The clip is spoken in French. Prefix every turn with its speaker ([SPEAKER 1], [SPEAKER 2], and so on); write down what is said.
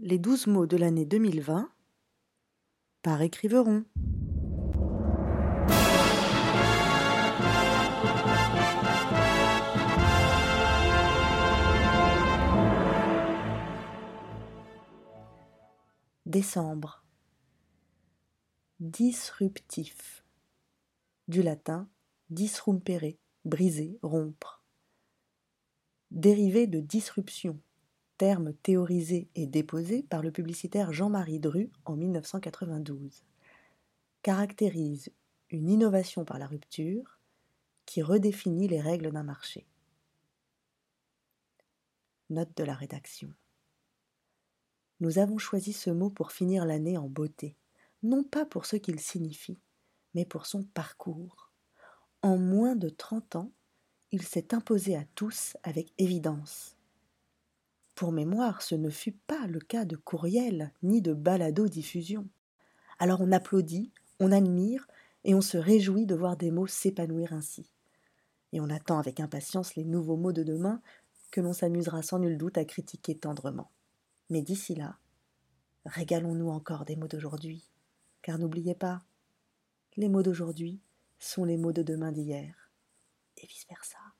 [SPEAKER 1] Les 12 mots de l'année 2020 par Écriveron. Décembre. Disruptif. Du latin disrumpere, briser, rompre. Dérivé de disruption, terme théorisé et déposé par le publicitaire Jean-Marie Dru en 1992. Caractérise une innovation par la rupture qui redéfinit les règles d'un marché. Note de la rédaction. Nous avons choisi ce mot pour finir l'année en beauté, non pas pour ce qu'il signifie, mais pour son parcours. En moins de 30 ans, il s'est imposé à tous avec évidence. Pour mémoire, ce ne fut pas le cas de Courriel ni de balado-diffusion. Alors on applaudit, on admire et on se réjouit de voir des mots s'épanouir ainsi. Et on attend avec impatience les nouveaux mots de demain que l'on s'amusera sans nul doute à critiquer tendrement. Mais d'ici là, régalons-nous encore des mots d'aujourd'hui, car n'oubliez pas, les mots d'aujourd'hui sont les mots de demain d'hier, et vice-versa.